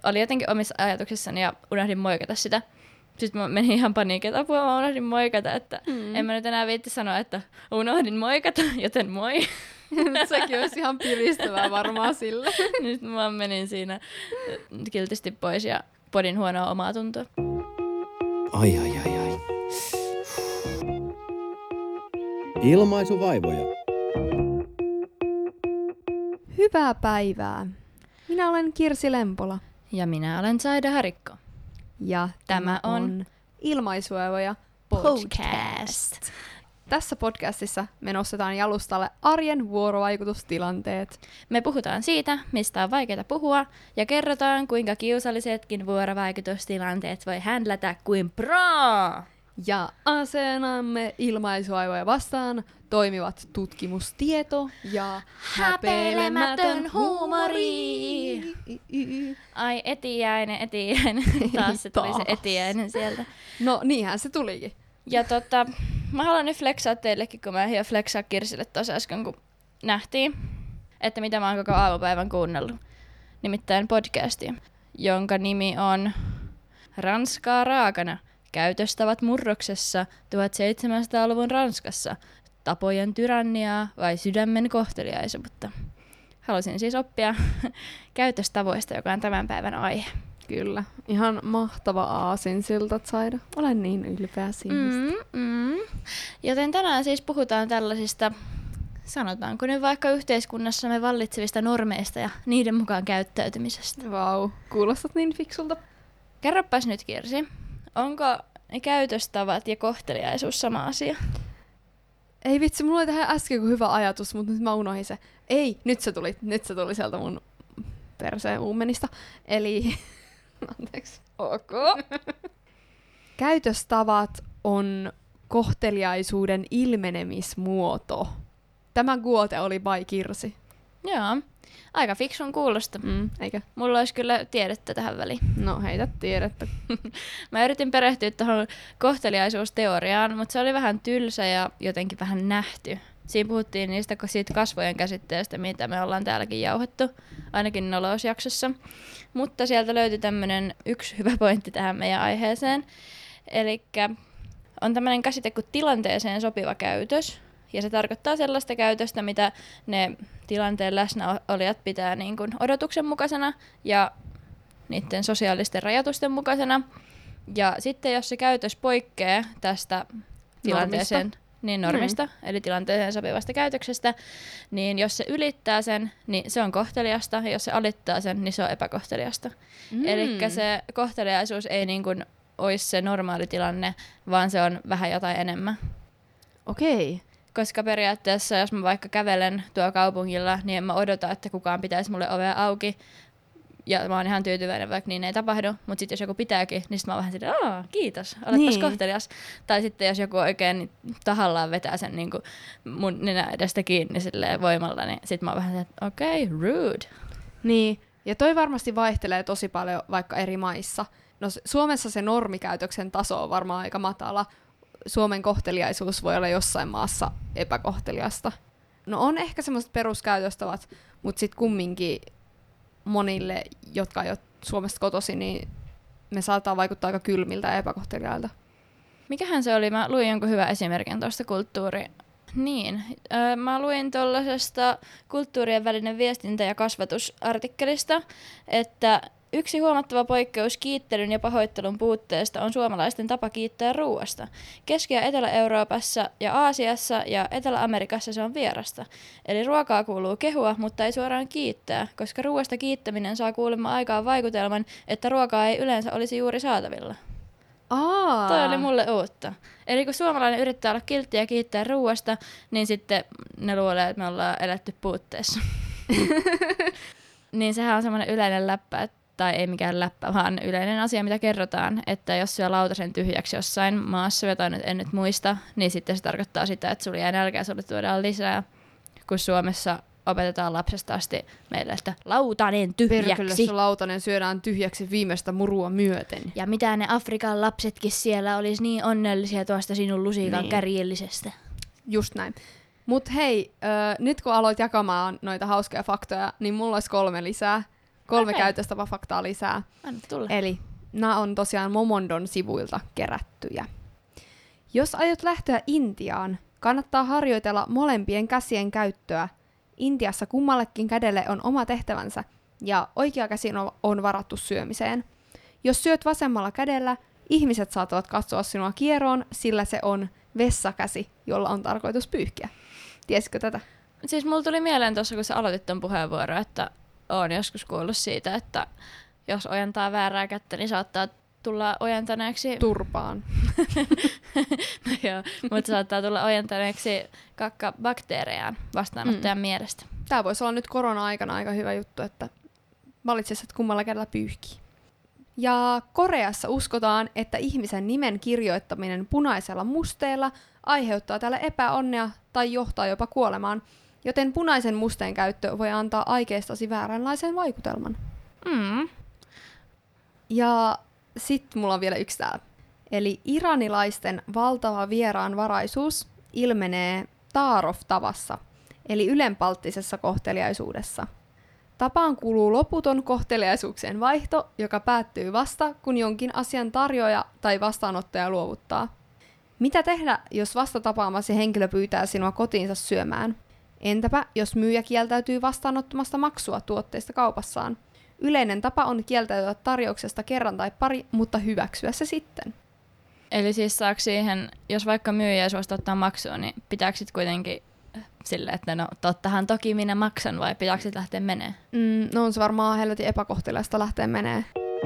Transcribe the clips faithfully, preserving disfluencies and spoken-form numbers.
oli jotenkin omissa ajatuksissani ja unohdin moikata sitä. Sitten mä menin ihan paniikin, että apua, mä unohdin moikata, että mm. en mä nyt enää viitti sanoa, että unohdin moikata, joten moi. Sekin olisi ihan piristävää varmaan sille. Nyt mä menin siinä kiltisti pois ja podin huonoa omaa tuntua. Ai ai ai ai. Ilmaisuvaivoja. Hyvää päivää. Minä olen Kirsi Lempola. Ja minä olen Saida Harikko. Ja tämä on Ilmaisuvaivoja podcast. Tässä podcastissa me nostetaan jalustalle arjen vuorovaikutustilanteet. Me puhutaan siitä, mistä on vaikeaa puhua, ja kerrotaan, kuinka kiusallisetkin vuorovaikutustilanteet voi händlätä kuin pro! Ja aseenamme ilmaisuvaivoja vastaan toimivat tutkimustieto ja häpeilemätön huumori. Ai etiäinen, etiäinen. Taas se tuli se etiäinen sieltä. No niinhän se tulikin. Ja tota, mä haluan nyt flexaa teillekin, kun mä ehdin flexaa Kirsille tuossa äsken, kun nähtiin, että mitä mä oon koko aamupäivän kuunnellut. Nimittäin podcastia, jonka nimi on Ranskaa raakana. Käytöstavat murroksessa tuhatseitsemänsataaluvun Ranskassa. Tapojen tyranniaa vai sydämen kohteliaisuutta. Halusin siis oppia käytöstavoista, joka on tämän päivän aihe. Kyllä. Ihan mahtava aasinsilta, Saida. Olen niin ylpeä sinusta. Mm, mm. Joten tänään siis puhutaan tällaisista, sanotaanko nyt vaikka yhteiskunnassamme vallitsevista normeista ja niiden mukaan käyttäytymisestä. Vau, wow. Kuulostat niin fiksulta. Kerropas nyt, Kirsi. Onko käytöstavat ja kohteliaisuus sama asia? Ei vitsi, mulla oli tähän äsken hyvä ajatus, mutta nyt mä unohdin se. Ei, nyt se tuli, nyt se tuli sieltä mun perseen uumenista. Eli, anteeksi. Ok. Käytöstavat on kohteliaisuuden ilmenemismuoto. Tämä guote oli by Kirsi. Joo, aika fiksun kuulosta. Mm, eikö? Mulla olisi kyllä tiedettä tähän väliin. No heitä tiedettä. Mä yritin perehtyä tuohon kohteliaisuusteoriaan, mutta se oli vähän tylsä ja jotenkin vähän nähty. Siinä puhuttiin niistä siitä kasvojen käsitteestä, mitä me ollaan täälläkin jauhettu, ainakin nolousjaksossa. Mutta sieltä löytyi tämmönen yksi hyvä pointti tähän meidän aiheeseen. Elikkä on tämmöinen käsite kuin tilanteeseen sopiva käytös. Ja se tarkoittaa sellaista käytöstä, mitä ne tilanteen läsnäolijat pitää niin kuin odotuksen mukaisena ja niiden sosiaalisten rajoitusten mukaisena. Ja sitten jos se käytös poikkeaa tästä tilanteeseen, normista, niin normista mm. eli tilanteeseen sopivasta käytöksestä, niin jos se ylittää sen, niin se on kohteliasta, ja jos se alittaa sen, niin se on epäkohteliasta. Mm. Eli se kohteliaisuus ei niin kuin olisi se normaali tilanne, vaan se on vähän jotain enemmän. Okei. Okay. Koska periaatteessa, jos mä vaikka kävelen tuolla kaupungilla, niin en mä odota, että kukaan pitäisi mulle ovea auki. Ja mä oon ihan tyytyväinen, vaikka niin ei tapahdu. Mutta sitten jos joku pitääkin, niin sit mä oon vähän silleen, aah, kiitos, oletpas niin kohtelias. Tai sitten jos joku oikein tahallaan vetää sen niin kuin mun nenä edestä kiinni silleen voimalla, niin sit mä oon vähän silleen, okei, okay, rude. Niin, ja toi varmasti vaihtelee tosi paljon vaikka eri maissa. No Suomessa se normikäytöksen taso on varmaan aika matala. Suomen kohteliaisuus voi olla jossain maassa epäkohteliasta. No on ehkä semmoiset peruskäytöstavat, mutta sitten kumminkin monille, jotka ei ole Suomesta kotoisin, niin me saattaa vaikuttaa aika kylmiltä ja epäkohteliailta. Mikähän se oli? Mä luin jonkun hyvän esimerkin tuosta kulttuuri... Niin, öö, mä luin tuollaisesta kulttuurien välinen viestintä- ja kasvatusartikkelista, että yksi huomattava poikkeus kiittelyn ja pahoittelun puutteesta on suomalaisten tapa kiittää ruuasta. Keski- ja Etelä-Euroopassa ja Aasiassa ja Etelä-Amerikassa se on vierasta. Eli ruokaa kuuluu kehua, mutta ei suoraan kiittää, koska ruuasta kiittäminen saa kuulemma aikaan vaikutelman, että ruokaa ei yleensä olisi juuri saatavilla. Aa. Toi oli mulle uutta. Eli kun suomalainen yrittää olla kiltti ja kiittää ruuasta, niin sitten ne luulee, että me ollaan eletty puutteessa. Niin sehän on semmoinen yleinen läppä, tai ei mikään läppä, vaan yleinen asia, mitä kerrotaan, että jos syö lautasen tyhjäksi jossain maassa, jota nyt en nyt muista, niin sitten se tarkoittaa sitä, että sulla jää nälkää ja sulle tuodaan lisää, kun Suomessa opetetaan lapsesta asti meille, että lautanen tyhjäksi. Perkele, se lautanen syödään tyhjäksi viimeistä murua myöten. Ja mitä ne Afrikan lapsetkin siellä olisi niin onnellisia tuosta sinun lusikan niin kärjellisestä. Just näin. Mut hei, äh, nyt kun aloit jakamaan noita hauskoja faktoja, niin mulla olisi kolme lisää. kolme Okei. käytöstapafaktaa lisää. Anna tulla. Eli nämä on tosiaan Momondon sivuilta kerättyjä. Jos aiot lähteä Intiaan, kannattaa harjoitella molempien käsien käyttöä. Intiassa kummallekin kädelle on oma tehtävänsä ja oikea käsi on- on varattu syömiseen. Jos syöt vasemmalla kädellä, ihmiset saattavat katsoa sinua kieroon, sillä se on vessakäsi, jolla on tarkoitus pyyhkiä. Tiesitkö tätä? Siis mulla tuli mieleen tuossa, kun sä aloitit ton puheenvuoron, että oon joskus kuullut siitä, että jos ojentaa väärää kättä, niin saattaa tulla ojentaneeksi... Turpaan. no joo, mutta saattaa tulla ojentaneeksi kakka bakteerejaan vastaanottajan mm. mielestä. Tämä voisi olla nyt korona-aikana aika hyvä juttu, että valitsis, että kummalla kädellä pyyhkii. Ja Koreassa uskotaan, että ihmisen nimen kirjoittaminen punaisella musteella aiheuttaa tälle epäonnea tai johtaa jopa kuolemaan, joten punaisen musteen käyttö voi antaa aikeistasi vääränlaisen vaikutelman. Mm. Ja sitten mulla on vielä yksi täällä. Eli iranilaisten valtava vieraanvaraisuus ilmenee taarov-tavassa, eli ylenpalttisessa kohteliaisuudessa. Tapaan kuuluu loputon kohteliaisuuksien vaihto, joka päättyy vasta, kun jonkin asian tarjoaja tai vastaanottaja luovuttaa. Mitä tehdä, jos vastatapaamasi henkilö pyytää sinua kotiinsa syömään? Entäpä, jos myyjä kieltäytyy vastaanottamasta maksua tuotteista kaupassaan? Yleinen tapa on kieltäytyä tarjouksesta kerran tai pari, mutta hyväksyä se sitten. Eli siis saako siihen, jos vaikka myyjä suosta ottaa maksua, niin pitääkö sit kuitenkin silleen, että no tottahan toki minä maksan, vai pitääkö sit lähteä menee? Mm, no on se varmaan helvetin epäkohteliasta lähteä menee.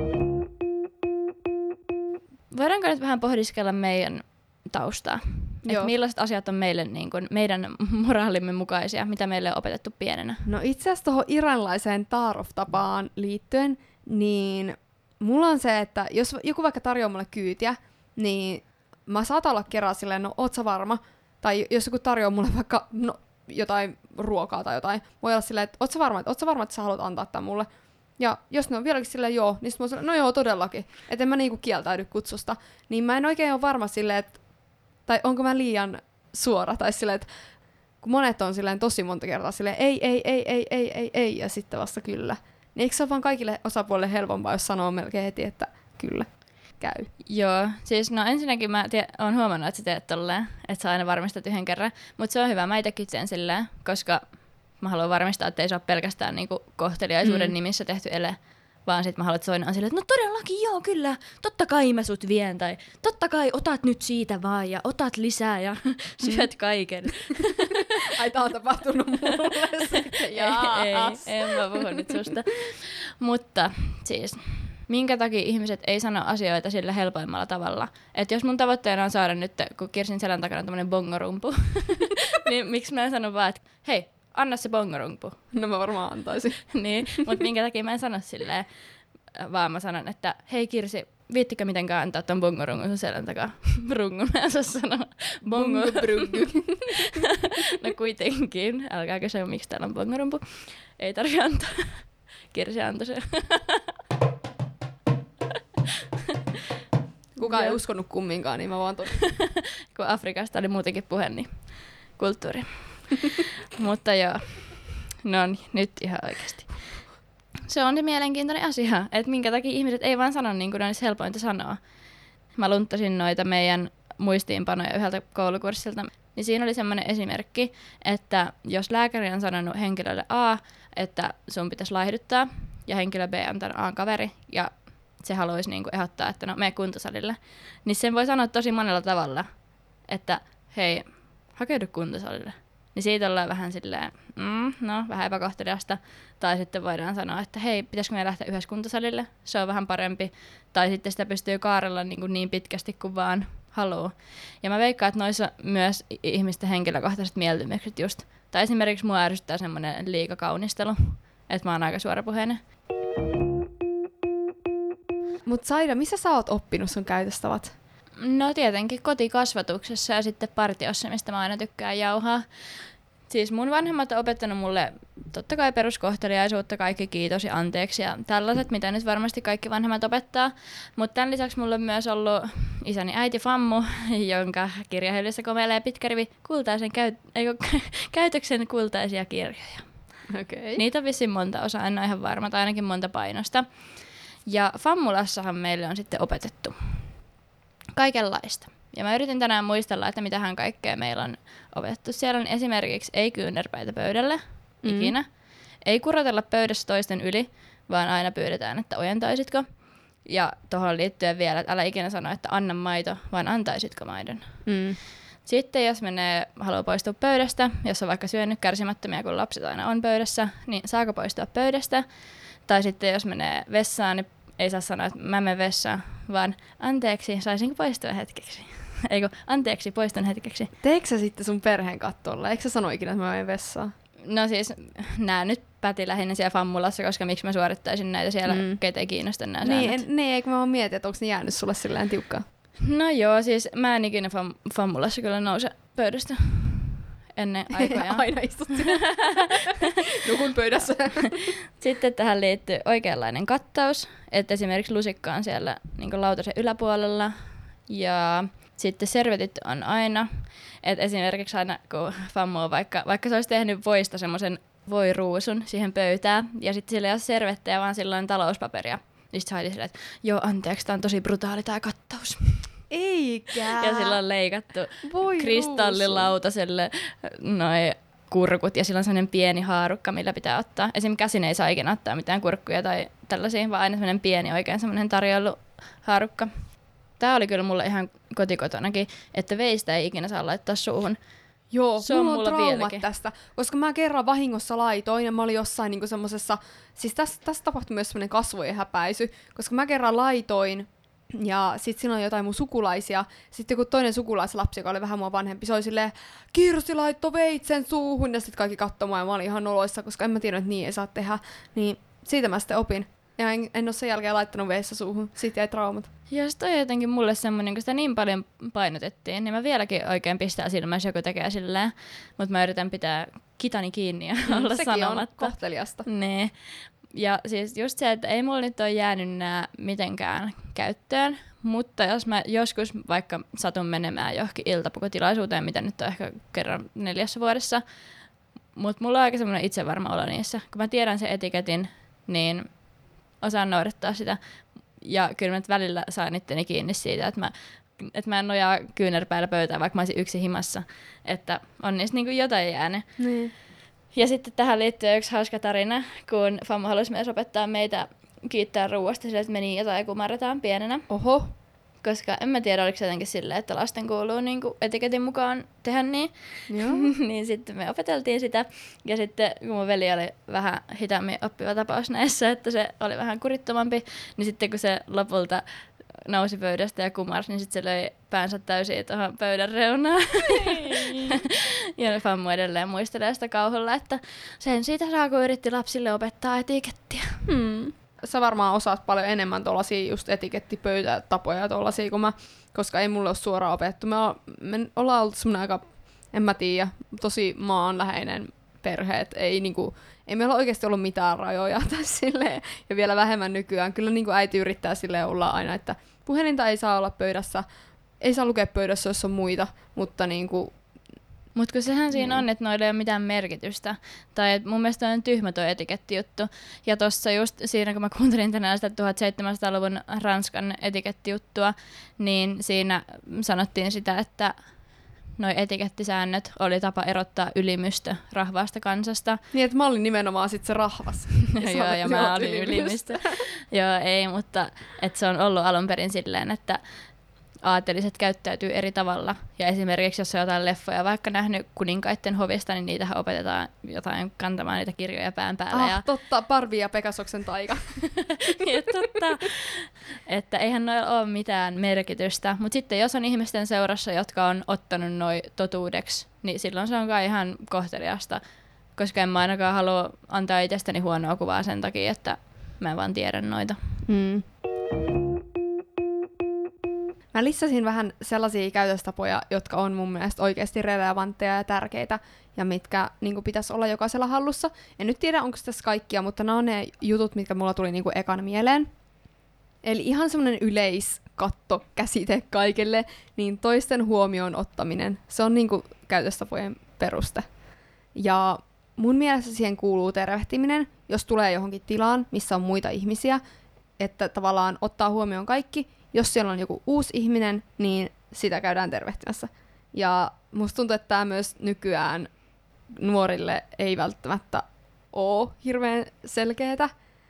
Voidaanko nyt vähän pohdiskella meidän taustaa? Että millaiset asiat on meille, niin kuin, meidän moraalimme mukaisia, mitä meille on opetettu pienenä? No itse asiassa tuohon iranlaiseen taarov-tapaan liittyen, niin mulla on se, että jos joku vaikka tarjoaa mulle kyytiä, niin mä saatan olla kerran silleen, no oot sä varma? Tai jos joku tarjoaa mulle vaikka no, jotain ruokaa tai jotain, voi olla silleen, että oot sä varma, että, oot sä varma, että sä haluat antaa tämän mulle? Ja jos ne on vieläkin silleen joo, niin sit mä oon silleen, no joo, todellakin. Että en mä niinku kieltäydy kutsusta. Niin mä en oikein ole varma silleen, että tai onko mä liian suora, tai silleen, että kun monet on silleen tosi monta kertaa silleen, ei, ei, ei, ei, ei, ei, ei, ja sitten vasta kyllä. Niin eikö se ole vaan kaikille osapuolille helpompaa, jos sanoo melkein heti, että kyllä, käy. Joo, siis no ensinnäkin mä tie- oon huomannut, että sä teet tolleen, että sä aina varmistat yhden kerran, mutta se on hyvä, mä itekin sen silleen, koska mä haluan varmistaa, että ei se ole pelkästään niinku kohteliaisuuden mm. nimissä tehty ele, vaan sit mä haluan, että toinen on silleen, että no todellakin joo, kyllä, totta kai mä sut vien, tai totta kai otat nyt siitä vaan, ja otat lisää, ja syöt kaiken. Ai tää on tapahtunut mulle sitten, jaa. Ei, ei, en mä puhu nyt susta. Mutta siis, minkä takia ihmiset ei sano asioita sillä helpoimmalla tavalla? Että jos mun tavoitteena on saada nyt, kun Kirsin selän takana on tämmönen bongorumpu, niin miksi mä en sano vaan, että hei, anna se bongorumpu. No mä varmaan antaisin. Niin, mutta minkä takia mä en sano silleen, vaan mä sanon, että hei Kirsi, viittikö mitenkään antaa ton bongorungun sun selän takaa? Brungun, mä en saa sanoa. Bongobrungu. No kuitenkin, älkää kysyä, miksi täällä on bongorumpu. Ei tarvitse antaa. Kirsi antoi sen. Kukaan ei uskonut kumminkaan, niin mä vaan todin. Kun Afrikasta oli muutenkin puhe, niin kulttuuri. Mutta joo, no niin, nyt ihan oikeasti. Se on se mielenkiintoinen asia, että minkä takia ihmiset ei vaan sano niin kuin olisi helpointa sanoa. Mä lunttasin noita meidän muistiinpanoja yhdeltä koulukurssilta, niin siinä oli semmoinen esimerkki, että jos lääkäri on sanonut henkilölle A, että sun pitäisi laihduttaa, ja henkilö B on tämän A:n kaveri, ja se haluaisi niin kuin ehdottaa, että no mene kuntosalille, niin sen voi sanoa tosi monella tavalla, että hei, hakeudu kuntosalille. Niin siitä ollaan vähän silleen, mm, no vähän epäkohteliasta. Tai sitten voidaan sanoa, että hei, pitäisikö me lähteä yhdessä kuntosalille? Se on vähän parempi. Tai sitten sitä pystyy kaarella niin, kuin niin pitkästi kuin vaan haluaa. Ja mä veikkaan, että noissa myös ihmisten henkilökohtaiset mieltymykset just. Tai esimerkiksi mua ärsyttää semmoinen liikakaunistelu, että mä oon aika suorapuheinen. Mut Saida, missä sä oot oppinut sun käytöstavat? No tietenkin kotikasvatuksessa ja sitten partiossa, mistä mä aina tykkään jauhaa. Siis mun vanhemmat on opettanut mulle totta kai peruskohteliaisuutta, kaikki kiitos ja anteeksi ja tällaiset, mitä nyt varmasti kaikki vanhemmat opettaa. Mutta tämän lisäksi mulla on myös ollut isäni äiti Fammu, jonka kirjahyllyssä komeilee pitkä rivi kultaisen käy- ei, käytöksen kultaisia kirjoja. Okei. Niitä on vissiin monta osaa, en ole ihan varma, tai ainakin monta painosta. Ja Fammulassahan meille on sitten opetettu kaikenlaista. Ja mä yritin tänään muistella, että mitähän kaikkea meillä on opetettu. Siellä on esimerkiksi ei kyynärpäitä pöydälle, mm. ikinä. Ei kurotella pöydässä toisten yli, vaan aina pyydetään, että ojentaisitko. Ja tuohon liittyen vielä, että älä ikinä sano, että anna maito, vaan antaisitko maidon. Mm. Sitten jos menee, haluaa poistua pöydästä, jos on vaikka syönyt kärsimättömiä, kun lapset aina on pöydässä, niin saako poistua pöydästä? Tai sitten jos menee vessaan, niin ei saa sanoa, että mä menen vessaan, vaan anteeksi, saisinko poistua hetkeksi? Eikö, anteeksi, poistun hetkeksi. Teekö sä sitten sun perheen kattolla? Eikö sä sano ikinä, että mä menen vessaan? No siis, nää nyt päti lähinnä siellä Fammulassa, koska miksi mä suorittaisin näitä siellä, mm. keitä ei kiinnosta nää niin, säännöt. en, niin, eikö mä vaan mietin, että onko ne jäänyt sulle silleen tiukkaan? No joo, siis mä en ikinä fam- Fammulassa kyllä nouse pöydästä ennen aikoja. Aina istut siellä. Nukun pöydässä. Sitten tähän liittyy oikeanlainen kattaus, että esimerkiksi lusikka on siellä niin lautasen yläpuolella ja sitten servetit on aina, että esimerkiksi aina kun fammu on vaikka, vaikka se olisi tehnyt voista semmoisen voiruusun siihen pöytään ja sitten sillä ei ole servettejä, vaan sillä on talouspaperia. Niin sitten sä silleen, että joo anteeksi, tää on tosi brutaali tää kattaus. Eikä. Ja sillä on leikattu Voi kristallilautaselle noi kurkut ja sillä on sellainen pieni haarukka, millä pitää ottaa. Esimerkiksi käsin ei saa ikinä ottaa mitään kurkkuja tai tällaisia, vaan aina sellainen pieni oikein sellainen tarjoiluhaarukka. Tää oli kyllä mulle ihan kotikotonakin, että veistä ei ikinä saa laittaa suuhun. Joo, se on mulla on mulla traumat vieläkin tästä, koska mä kerran vahingossa laitoin ja mä olin jossain niinku semmosessa, siis tässä, tässä tapahtui myös semmoinen kasvojen häpäisy, koska mä kerran laitoin ja sit siinä on jotain mun sukulaisia, sitten kun toinen sukulaislapsi, joka oli vähän mua vanhempi, se oli silleen, Kirsi laitto veitsen suuhun ja sit kaikki kattoi mua ja mä olin ihan noloissa, koska en mä tiedä, että niin ei saa tehdä, niin siitä mä sitten opin. Ja en, en ole sen jälkeen laittanut veitsen suuhun, siitä jäi traumat. Ja sit on jotenkin mulle semmonen, kun sitä niin paljon painotettiin, niin mä vieläkin oikein pistää silmään, jos joku tekee silleen. Mutta mä yritän pitää kitani kiinni ja Mm, olla sekin sanomatta. on kohteliasta. Nee. Ja siis just se, että ei mulla nyt ole jäänyt nää mitenkään käyttöön, mutta jos mä joskus vaikka satun menemään johonkin iltapukutilaisuuteen, mitä nyt on ehkä kerran neljässä vuodessa, mutta mulla on aika semmoinen itsevarma olo niissä. Kun mä tiedän sen etiketin, niin osaan noudattaa sitä. Ja kyllä mä nyt välillä saan itteni kiinni siitä, että mä, että mä en nojaa kyynärpäillä pöytään, vaikka mä olisin yksi himassa. Että on niistä niin kuin jotain jäänyt. Niin. Ja sitten tähän liittyy yksi hauska tarina, kun Fammu halusi myös opettaa meitä kiittää ruuasta sille, että meni jotain kumarretaan pienenä. Oho. Koska en mä tiedä, oliko se jotenkin silleen, että lasten kuuluu niin kuin etiketin mukaan tehdä niin. Joo. Niin sitten me opeteltiin sitä. Ja sitten kun mun veli oli vähän hitaammin oppiva tapaus näissä, että se oli vähän kurittomampi, niin sitten kun se lopulta nousi pöydästä ja kumarsi, niin sitten se löi päänsä täysin tuohon pöydän reunaan. Ja Fammu edelleen muistelee sitä kauhulla, että sen siitä saa, kun yritti lapsille opettaa etikettiä. Hmm. Sä varmaan osaat paljon enemmän tuollaisia just etikettipöytätapoja tuollaisia kuin mä, koska ei mulle ole suoraan opetettu. Me, o- me ollaan ollut semmoinen aika, en mä tiedä, tosi maanläheinen perhe, et ei, niinku, ei meillä ole oikeasti ollut mitään rajoja tai silleen, ja vielä vähemmän nykyään. Kyllä niinku äiti yrittää silleen olla aina, että puhelinta ei saa olla pöydässä, ei saa lukea pöydässä, jos on muita, mutta niinku, Mutta kun sehän siinä Mm. on, että noilla ei ole mitään merkitystä. Tai et mun mielestä on tyhmä tuo etikettijuttu. Ja tuossa just siinä, kun mä kuuntelin tänään sitä tuhatseitsemänsataaluvun Ranskan etikettijuttua, niin siinä sanottiin sitä, että noi etikettisäännöt oli tapa erottaa ylimystö rahvaasta kansasta. niin että mä olin nimenomaan sit se rahvas. Ja joo, ja mä olin ylimystö. Joo, ei, mutta et se on ollut alun perin silleen, että aateliset käyttäytyy eri tavalla. Ja esimerkiksi jos on jotain leffoja vaikka nähnyt kuninkaitten hovista, niin niitähän opetetaan jotain kantamaan niitä kirjoja pään päällä. Ah, ja totta, Barbie ja Pegasoksen taika. ja totta, että eihän noilla ole mitään merkitystä. Mutta sitten jos on ihmisten seurassa, jotka on ottanut noi totuudeksi, niin silloin se on kai ihan kohteliasta. Koska en mä ainakaan halua antaa itsestäni huonoa kuvaa sen takia, että mä en vaan tiedä noita. Mm. Mä lisäsin vähän sellaisia käytöstapoja, jotka on mun mielestä oikeasti relevantteja ja tärkeitä, ja mitkä niin pitäisi olla jokaisella hallussa. En nyt tiedä, onko tässä kaikkia, mutta nämä on ne jutut, mitkä mulla tuli niin ekan mieleen. Eli ihan semmoinen yleiskatto käsite kaikille, niin toisten huomioon ottaminen, se on niin käytöstapojen peruste. Ja mun mielestä siihen kuuluu tervehtiminen, jos tulee johonkin tilaan, missä on muita ihmisiä, että tavallaan ottaa huomioon kaikki. Jos siellä on joku uusi ihminen, niin sitä käydään tervehtimässä. Ja musta tuntuu, että tämä myös nykyään nuorille ei välttämättä ole hirveän selkeätä.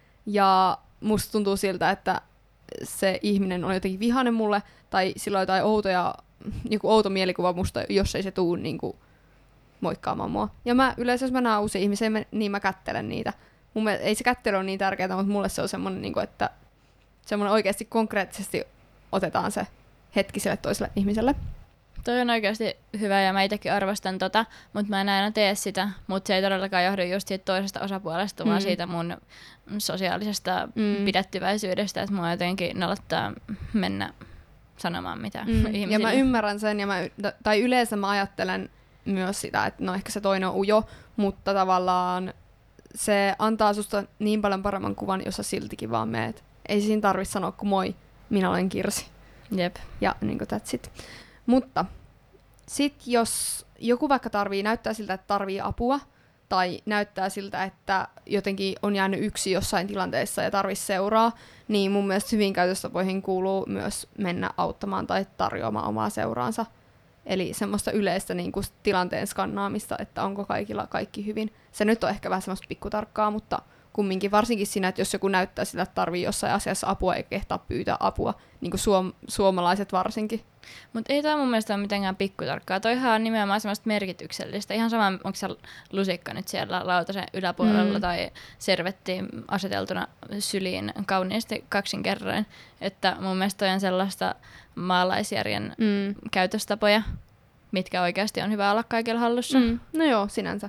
Ja musta tuntuu siltä, että se ihminen on jotenkin vihainen mulle, tai sillä on jotain outoja, joku outo mielikuva musta, jos ei se tuu niinku moikkaamaan mua. Ja mä yleensä, jos mä näen uusia ihmisiä, niin mä kättelen niitä. Mun mielestä, ei se kättely ole niin tärkeää, mutta mulle se on semmoinen, niinku, että semmoinen oikeasti konkreettisesti otetaan se hetki sille toiselle ihmiselle. Toi on oikeasti hyvä ja mä itsekin arvostan tota, mutta mä en aina tee sitä, mutta se ei todellakaan johdu just siitä toisesta osapuolesta, mm. vaan siitä mun sosiaalisesta mm. pidättyväisyydestä, että mua jotenkin nolottaa mennä sanomaan mitä mm. ihmisille. Ja mä ymmärrän sen, ja mä, tai yleensä mä ajattelen myös sitä, että no ehkä se toinen on ujo, mutta tavallaan se antaa susta niin paljon paremman kuvan, jos sä siltikin vaan meet. Ei siinä tarvitse sanoa kuin moi, minä olen Kirsi. Jep. Ja niin kuin that's it. Mutta sit jos joku vaikka tarvii, näyttää siltä, että tarvii apua, tai näyttää siltä, että jotenkin on jäänyt yksi jossain tilanteessa ja tarvii seuraa, niin mun mielestä hyvin käytöstapoihin kuuluu myös mennä auttamaan tai tarjoamaan omaa seuraansa. Eli semmoista yleistä niin kuin tilanteen skannaamista, että onko kaikilla kaikki hyvin. Se nyt on ehkä vähän semmoista pikkutarkkaa, mutta kumminkin varsinkin siinä, että jos joku näyttää sitä, että tarvii jossain asiassa apua eikä kehtaa pyytää apua, niin kuin suom- suomalaiset varsinkin. Mutta ei tämä mun mielestä ole mitenkään pikkutarkkaa. Toihan on nimenomaan semmoista merkityksellistä. Ihan sama, onko se lusikka nyt siellä lautasen yläpuolella mm. tai servetti aseteltuna syliin kauniisti kaksin kerroin. Että mun mielestä toi on sellaista maalaisjärjen mm. käytöstapoja, mitkä oikeasti on hyvä olla kaikilla hallussa. Mm. No joo, sinänsä.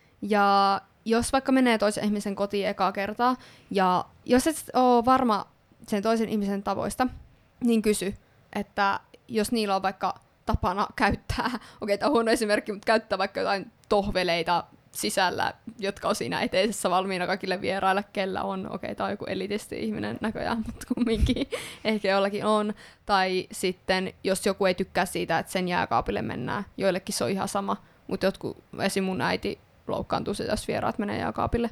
Ja jos vaikka menee toisen ihmisen kotiin ekaa kertaa, ja jos et ole varma sen toisen ihmisen tavoista, niin kysy, että jos niillä on vaikka tapana käyttää, okei, okay, tämä on huono esimerkki, mutta käyttää vaikka jotain tohveleita sisällä, jotka on siinä eteisessä valmiina kaikille vieraille, kellä on, okei, okay, tämä on joku elitisti ihminen näköjään, mutta kumminkin ehkä jollakin on. Tai sitten, jos joku ei tykkää siitä, että sen jääkaapille mennään, joillekin se on ihan sama, mutta jotkut, esim. Mun äiti loukkaantuu siitä, jos vieraat menee jääkaapille.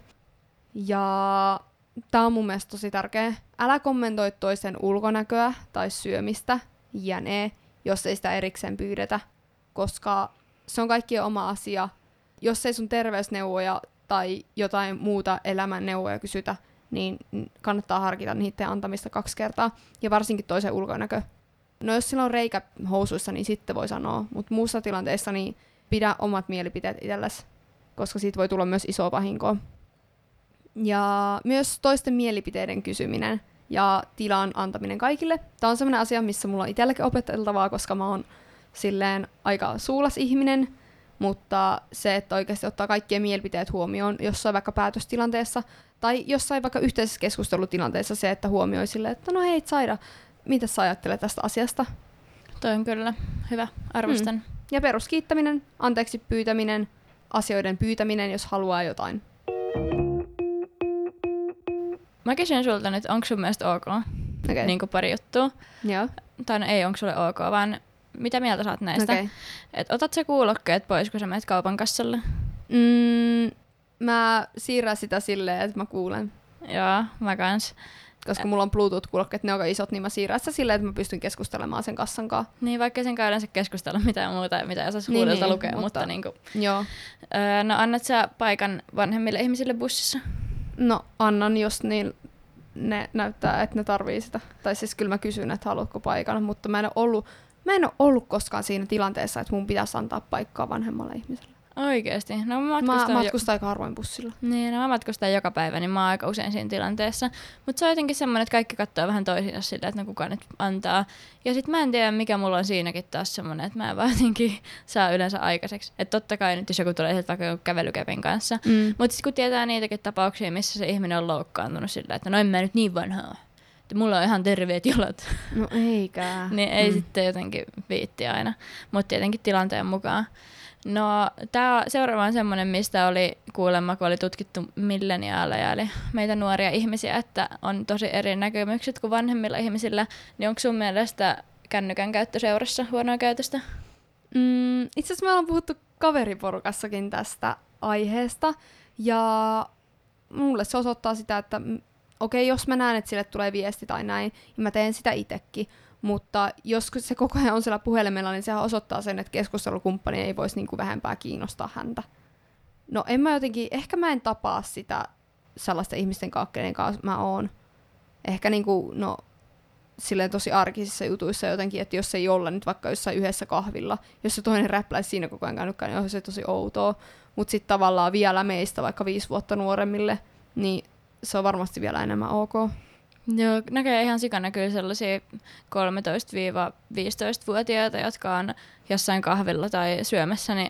Ja tämä on mun mielestä tosi tärkeä. Älä kommentoi toisen ulkonäköä tai syömistä, jänee, jos ei sitä erikseen pyydetä, koska se on kaikkien oma asia. Jos ei sun terveysneuvoja tai jotain muuta elämänneuvoja kysytä, niin kannattaa harkita niiden antamista kaksi kertaa, ja varsinkin toisen ulkonäkö. No jos sillä on reikä housuissa, niin sitten voi sanoa, mutta muussa tilanteessa niin pidä omat mielipiteet itsellesi, koska siitä voi tulla myös iso vahinkoa. Ja myös toisten mielipiteiden kysyminen ja tilan antaminen kaikille. Tämä on sellainen asia, missä mulla on itselläkin opeteltavaa, koska mä oon silleen aika suulas ihminen, mutta se, että oikeasti ottaa kaikkien mielipiteet huomioon jossain vaikka päätöstilanteessa tai jossain vaikka yhteisessä keskustelutilanteessa se, että huomioi silleen, että no hei Saida, mitä sä ajattelet tästä asiasta? Toi on kyllä hyvä, arvostan. Mm. Ja peruskiittäminen, anteeksi pyytäminen, asioiden pyytäminen, jos haluaa jotain. Mä kysyn sulta nyt, onko sun mielestä ok? Okay. Niin kuin pari juttua. Joo. Tai no ei, onko sulle ok, vaan mitä mieltä sä oot näistä? Okay. Et otat sä kuulokkeet pois, kun sä menet kaupan kassalle? Mm, mä siirrän sitä silleen, että mä kuulen. Joo, mä kans. Koska mulla on Bluetooth-kuulokkeet, ne on aika isot, niin mä siirrän sitä silleen, että mä pystyn keskustelemaan sen kassan kanssa. Niin, vaikka sen kai yleensä keskustella mitään muuta, mitä ei osaisi huulilta niin, lukea, mutta, mutta niinku. Joo. Öö, no annat sä paikan vanhemmille ihmisille bussissa? No annan, jos niin ne näyttää, että ne tarvii sitä. Tai siis kyllä mä kysyn, että haluatko paikan, mutta mä en ole ollut, mä en ole ollut koskaan siinä tilanteessa, että mun pitäisi antaa paikkaa vanhemmalle ihmiselle. Oikeesti? No mä matkustan, mä matkustan jo... aika harvoin bussilla. Niin, no mä matkustan joka päivä, niin mä oon aika usein siinä tilanteessa. Mutta se on jotenkin semmoinen, että kaikki katsoo vähän toisiinsa sillä, että no kuka nyt antaa. Ja sit mä en tiedä, mikä mulla on siinäkin taas semmoinen, että mä en vaan jotenkin saa yleensä aikaiseksi. Että totta kai nyt, jos joku tulee vaikka kävelykepin kanssa. Mm. Mutta sit kun tietää niitäkin tapauksia, missä se ihminen on loukkaantunut sillä, että no en mä nyt niin vanhaa. Että mulla on ihan terveet jalat. No eikä. Niin ei mm. sitten jotenkin viitti aina. Mutta tietenkin tilanteen mukaan. No, tää seuraava on semmoinen, mistä oli kuulemma, kun oli tutkittu milleniaaleja, eli meitä nuoria ihmisiä, että on tosi eri näkemykset kuin vanhemmilla ihmisillä. Niin onko sun mielestä kännykän käyttö seurassa huonoa käytöstä? Mm, itse asiassa me ollaan puhuttu kaveriporukassakin tästä, aiheesta. Ja mulle se osoittaa sitä, että okei, okay, jos mä näen, että sille tulee viesti tai näin, niin mä teen sitä itsekin. Mutta jos se koko ajan on siellä puhelimella, niin sehän osoittaa sen, että keskustelukumppani ei voisi niinku vähempää kiinnostaa häntä. No en mä jotenkin, ehkä mä en tapaa sitä sellaisten ihmisten kanssa, kenen kanssa mä oon. Ehkä niinku, no, silleen tosi arkisissa jutuissa jotenkin, että jos ei olla nyt vaikka jossain yhdessä kahvilla, jos se toinen räpläisi siinä koko ajan käynytkään, niin on se tosi outoa. Mutta sitten tavallaan vielä meistä vaikka viisi vuotta nuoremmille, niin se on varmasti vielä enemmän ok. Joo, näkee ihan sikana kyllä sellaisia kolmetoista-viisitoista-vuotiaita, jotka on jossain kahvilla tai syömässä, niin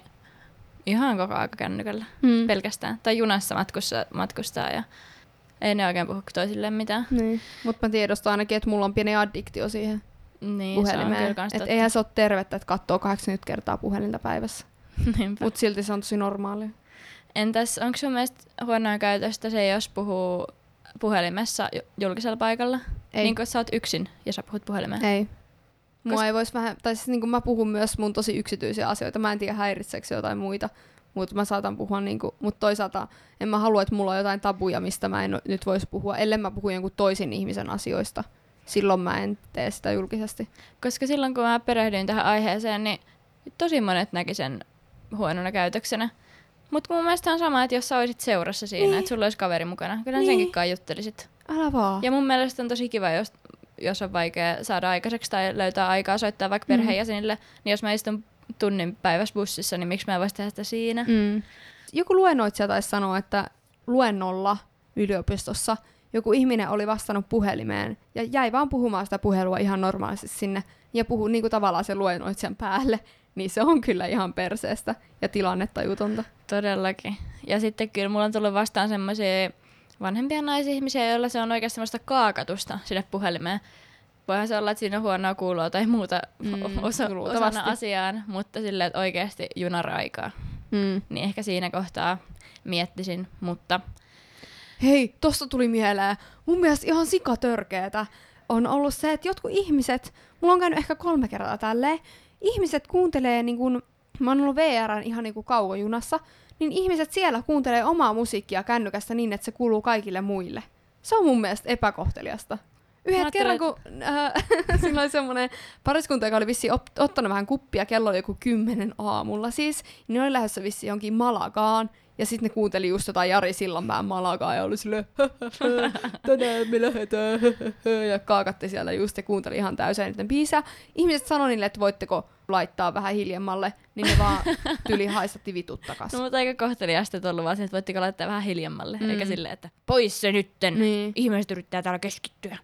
ihan koko aika kännykällä hmm. pelkästään. Tai junassa matkustaa, matkustaa ja ei ne oikein puhu toisilleen mitään. Niin. Mutta mä tiedostan ainakin, että mulla on pieni addiktio siihen niin, puhelimeen. Että eihän se ole tervettä, että katsoo kahdeksankymmentä kertaa puhelinta päivässä. Mutta silti se on tosi normaalia. Entäs onko sun mielestä huonoa käytöstä se, jos puhuu puhelimessa julkisella paikalla? Ei. Niin kuin sä oot yksin ja sä puhut puhelimeen? Ei. Mua Kos- ei vois vähän, tai siis niin mä puhun myös mun tosi yksityisiä asioita. Mä en tiedä häiritseekö jotain muita, mutta mä saatan puhua niinku, mutta toisaalta en mä halua, että mulla on jotain tabuja, mistä mä en nyt voisi puhua, ellei mä puhu jonkun toisen ihmisen asioista. Silloin mä en tee sitä julkisesti. Koska silloin kun mä perehdyin tähän aiheeseen, niin tosi monet näki sen huonona käytöksenä. Mutta mun mielestä on sama, että jos sä olisit seurassa siinä, niin. että sulla olisi kaveri mukana, kyllä niin. senkin kai juttelisit. Älä vaan. Ja mun mielestä on tosi kiva, jos, jos on vaikea saada aikaiseksi tai löytää aikaa soittaa vaikka perheenjäsenille, mm. niin jos mä istun tunnin päivässä bussissa, niin miksi mä en voisi tehdä sitä siinä? Mm. Joku luennoitsija taisi sanoa, että luennolla yliopistossa joku ihminen oli vastannut puhelimeen ja jäi vaan puhumaan sitä puhelua ihan normaalisti sinne ja puhui niinku tavallaan sen luennoitsijan päälle. Niin se on kyllä ihan perseestä ja tilannetajutonta. Todellakin. Ja sitten kyllä mulla on tullut vastaan semmoisia vanhempia naisihmisiä, joilla se on oikeasti semmoista kaakatusta sinne puhelimeen. Voihan se olla, että siinä on huonoa kuuloa tai muuta mm, osa- osana asiaan, mutta silleen, että oikeasti junaraikaa. Mm. Niin ehkä siinä kohtaa miettisin, mutta... Hei, tosta tuli mieleen. Mun mielestä ihan sikatörkeetä on ollut se, että jotkut ihmiset, mulla on käynyt ehkä kolme kertaa tälleen, ihmiset kuuntelee, niin kun, mä oon ollut V R:n ihan niin kuin kaukojunassa, niin ihmiset siellä kuuntelee omaa musiikkia kännykästä niin, että se kuuluu kaikille muille. Se on mun mielestä epäkohteliasta. Yhdet kerran, kun äh, sillä oli semmoinen pariskunta, joka oli vissiin op- ottanut vähän kuppia, kello oli joku kymmenen aamulla siis, niin ne oli lähdössä vissiin jonkin Malagaan, ja sitten ne kuunteli just jotain Jari Sillanpään Malagaa, ja oli silleen, tänään me lähdetään, ja kaakatti siellä just, ja kuunteli ihan täysin niiden biisejä. Ihmiset sanoi niille, että voitteko laittaa vähän hiljemmalle, niin ne vaan tyli haistatti vitut takas. No mutta aika kohteliaasti on ollut vaan se, että voitteko laittaa vähän hiljemmalle, mm. eikä silleen, että pois se nytten, niin. Ihmiset yrittää täällä keskittyä.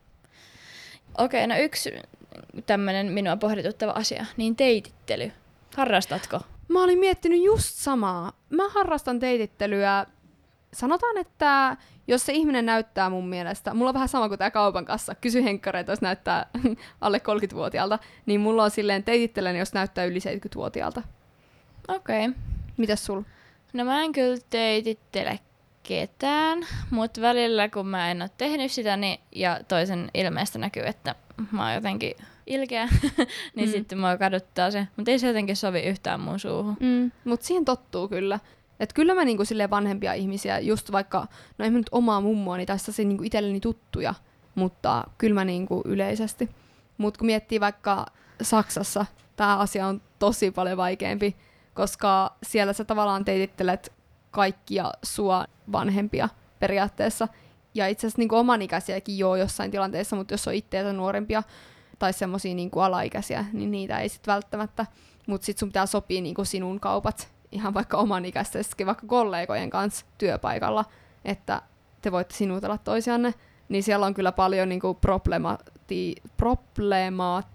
Okei, no yksi tämmönen minua pohdituttava asia, niin teitittely. Harrastatko? Mä olin miettinyt just samaa. Mä harrastan teitittelyä. Sanotaan, että jos se ihminen näyttää mun mielestä, mulla on vähän sama kuin tää kaupan kassa, kysy henkkareita, jos näyttää alle kolmekymmentävuotiaalta, niin mulla on silleen teitittelen, jos näyttää yli seitsemänkymmentävuotiaalta. Okei. Okay. Mitäs sul? No mä en kyllä teitittele ketään, mutta välillä kun mä en ole tehnyt sitä, niin, ja toisen ilmeestä näkyy, että mä oon jotenkin ilkeä, niin mm. sitten mua kaduttaa se. Mutta ei se jotenkin sovi yhtään mun suuhun. Mm. Mutta siihen tottuu kyllä. Et kyllä mä niinku silleen vanhempia ihmisiä, just vaikka, no ei mä nyt omaa mummoani tai se niinku itselleni tuttuja, mutta kyllä mä niinku yleisesti. Mutta kun miettii vaikka Saksassa, tää asia on tosi paljon vaikeampi, koska siellä sä tavallaan teitittelet kaikkia sua vanhempia periaatteessa. Ja itse asiassa niinku omanikäisiäkin joo jossain tilanteessa, mutta jos on itteensä nuorempia tai semmosia niinku alaikäisiä, niin niitä ei sit välttämättä. Mutta sit sun pitää sopia niinku sinun kaupat ihan vaikka omanikäisesti, vaikka kollegojen kanssa työpaikalla, että te voitte sinuutella toisianne. Niin siellä on kyllä paljon niinku problemati- problema-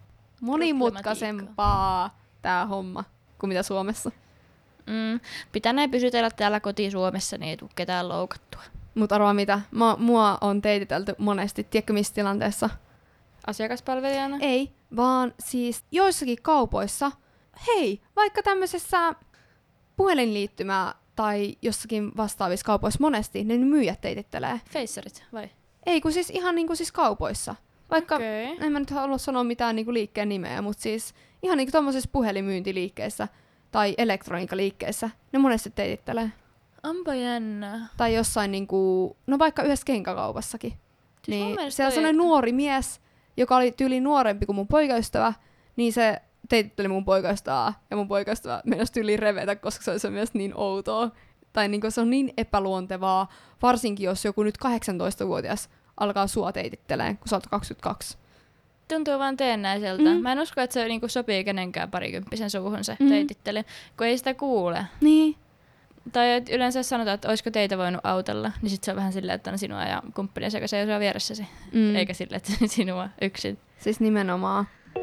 monimutkaisempaa tää homma kuin mitä Suomessa. Mm, pitänee pysytellä täällä koti-Suomessa, niin ei tule ketään loukattua. Mut arvaa mitä, Mä, mua on teititelty monesti, tiedätkö missä tilanteessa? Asiakaspalvelijana? Ei, vaan siis joissakin kaupoissa, hei, vaikka tämmöisessä puhelinliittymää tai jossakin vastaavissa kaupoissa monesti, ne myyjät teitittelee. Feissarit, vai? Ei, kun siis ihan niinku siis kaupoissa. Vaikka, okay. En mä nyt halua sanoa mitään niinku liikkeen nimeä, mutta siis ihan niinku tommosissa puhelinmyyntiliikkeissä tai elektroniikkaliikkeissä, ne monesti teitittelee. Onpa jännä. Tai jossain niinku, no vaikka yhdessä kenkäkaupassakin. Siis mun Niin mielestä siellä toi- sellainen nuori mies, joka oli tyyli nuorempi kuin mun poikaystävä, niin se teititteli mun poikaystävää. Ja mun poikaystävä meinasi tyyliin revetä, koska se oli se mielestä niin outoa. Tai niinku se on niin epäluontevaa, varsinkin jos joku nyt kahdeksantoistavuotias alkaa sua teititteleen, kun sä oot kaksikymmentäkaksi. Tuntuu vaan teennäiseltä. Mm. Mä en usko, että se niinku sopii kenenkään parikymppisen suuhun se Mm. teitittely, kun ei sitä kuule. Niin. Tai et yleensä jos sanotaan, että olisiko teitä voinut autella, niin sit se on vähän silleen, että on sinua ja kumppani, joka seisoo vieressäsi. Mm. Eikä silleen, että sinua yksin. Siis nimenomaan.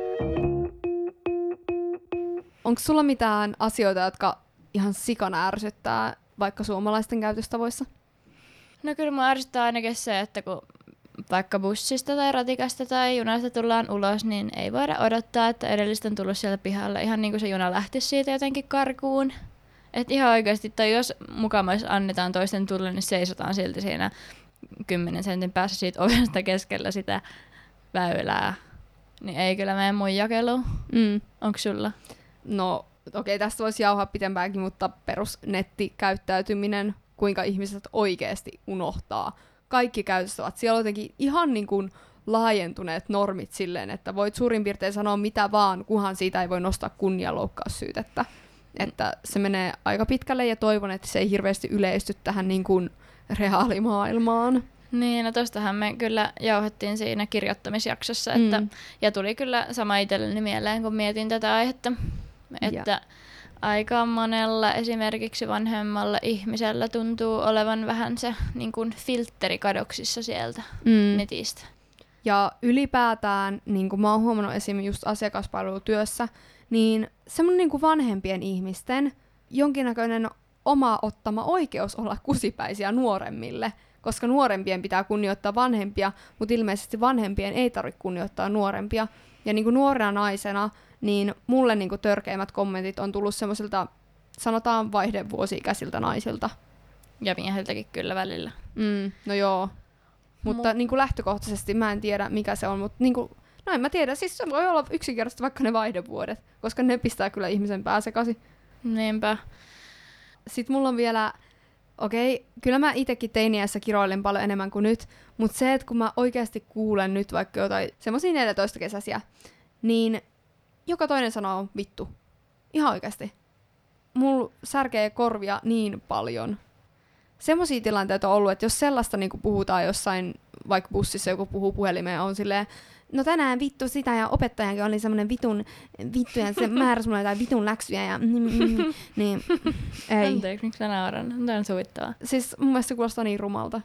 Onko sulla mitään asioita, jotka ihan sikana ärsyttää vaikka suomalaisten käytöstavoissa? No kyllä mua ärsyttää ainakin se, että kun vaikka bussista tai ratikasta tai junasta tullaan ulos, niin ei voida odottaa, että edellistä on tullut sieltä pihalla ihan niin kuin se juna lähtisi siitä jotenkin karkuun. Että ihan oikeasti, tai jos mukamais annetaan toisten tulla, niin seisotaan silti siinä kymmenen sentin päässä siitä ovesta keskellä sitä väylää. Niin ei kyllä mene mun jakeluun. Mm. Onko sulla? No, okei, tästä voisi jauhaa pitempäänkin, mutta perusnettikäyttäytyminen, kuinka ihmiset oikeasti unohtaa kaikki käytöstavat. Siellä on jotenkin ihan niin kuin laajentuneet normit silleen, että voit suurin piirtein sanoa mitä vaan, kunhan siitä ei voi nostaa kunnianloukkaussyytettä. Että se menee aika pitkälle ja toivon, että se ei hirveästi yleisty tähän niin kuin reaalimaailmaan. Niin, no tostahan me kyllä jauhettiin siinä kirjoittamisjaksossa, että, Mm. ja tuli kyllä sama itselleni mieleen, kun mietin tätä aihetta, että ja. aika monella esimerkiksi vanhemmalla ihmisellä tuntuu olevan vähän se niin kuin filtteri kadoksissa sieltä Mm. netistä. Ja ylipäätään, niin kuin mä oon huomannut esimerkiksi just asiakaspalvelutyössä, niin semmoinen niin kuin vanhempien ihmisten jonkinnäköinen oma ottama oikeus olla kusipäisiä nuoremmille, koska nuorempien pitää kunnioittaa vanhempia, mutta ilmeisesti vanhempien ei tarvitse kunnioittaa nuorempia. Ja niin kuin nuorena naisena, niin mulle niin kuin törkeimmät kommentit on tullut semmoisilta, sanotaan vaihdevuosi-ikäisiltä naisilta. Ja miehiltäkin kyllä välillä. Mm, no joo. Mutta Mu- niin kuin lähtökohtaisesti mä en tiedä, mikä se on, mutta niin kuin, no en mä tiedä, siis se voi olla yksinkertaisesti vaikka ne vaihdevuodet, koska ne pistää kyllä ihmisen pää sekaisin. Niinpä. Sitten mulla on vielä, okei, kyllä mä itekin teiniässä kiroilen paljon enemmän kuin nyt, mutta se, että kun mä oikeasti kuulen nyt vaikka jotain semmosia neljätoista kesäisiä, niin joka toinen sanoo vittu. Ihan oikeasti. Mulla särkee korvia niin paljon. Semmoisia tilanteita on ollut, että jos sellaista niin puhutaan jossain, vaikka bussissa joku puhuu puhelimeen, on silleen, no tänään vittu sitä ja opettajankin oli semmoinen vitun vittu ja se määräsi mulle jotain vitun läksyjä ja niin, niin ei. Anteeksi, miksi mä nauran? Tämä on suvittavaa. Siis mun mielestä se kuulostaa niin rumalta.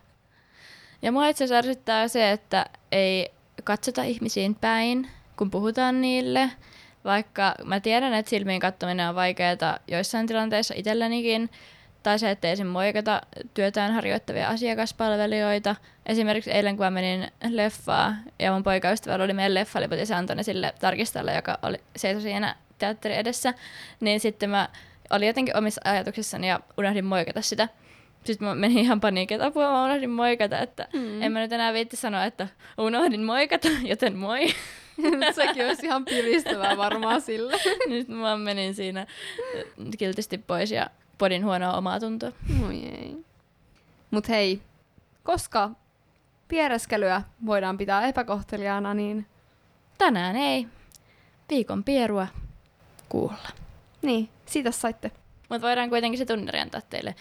Ja mua itse asiassa ärsyttää se, että ei katsota ihmisiin päin, kun puhutaan niille. Vaikka mä tiedän, että silmiin katsominen on vaikeaa joissain tilanteissa itsellenikin. Tai se, että ei sen moikata työtään harjoittavia asiakaspalvelijoita. Esimerkiksi eilen, kun mä menin leffaan ja mun poikaystävällä oli meidän leffaliput ja se antoi ne sille tarkistajalle, joka oli, seisoi siinä teatterin edessä, niin sitten mä olin jotenkin omissa ajatuksissani ja unohdin moikata sitä. Sitten mä menin ihan paniikin, että apua, mä unohdin moikata, että mm. en mä nyt enää viitti sanoa, että unohdin moikata, joten moi. Sekin olisi ihan piristävää varmaan sille. Nyt mä menin siinä kiltisti pois ja podin huonoa omaa tuntua. Oi ei. Mut hei, koska piereskelyä voidaan pitää epäkohteliaana, niin Tänään ei. Viikon pierua kuulla. niin, siitä saitte. Mutta voidaan kuitenkin se tunnari antaa teille.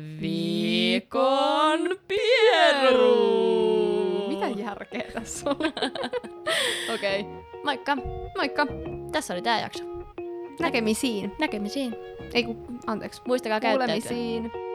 Viikon pieru! Mitä järkeä tässä on? Okei. Okay. Moikka! Moikka. Tässä oli tää jakso. Näkemisiin. Näkemisiin. Ei ku, anteeksi. Muistakaa käyttäytyä. Kuulemisiin.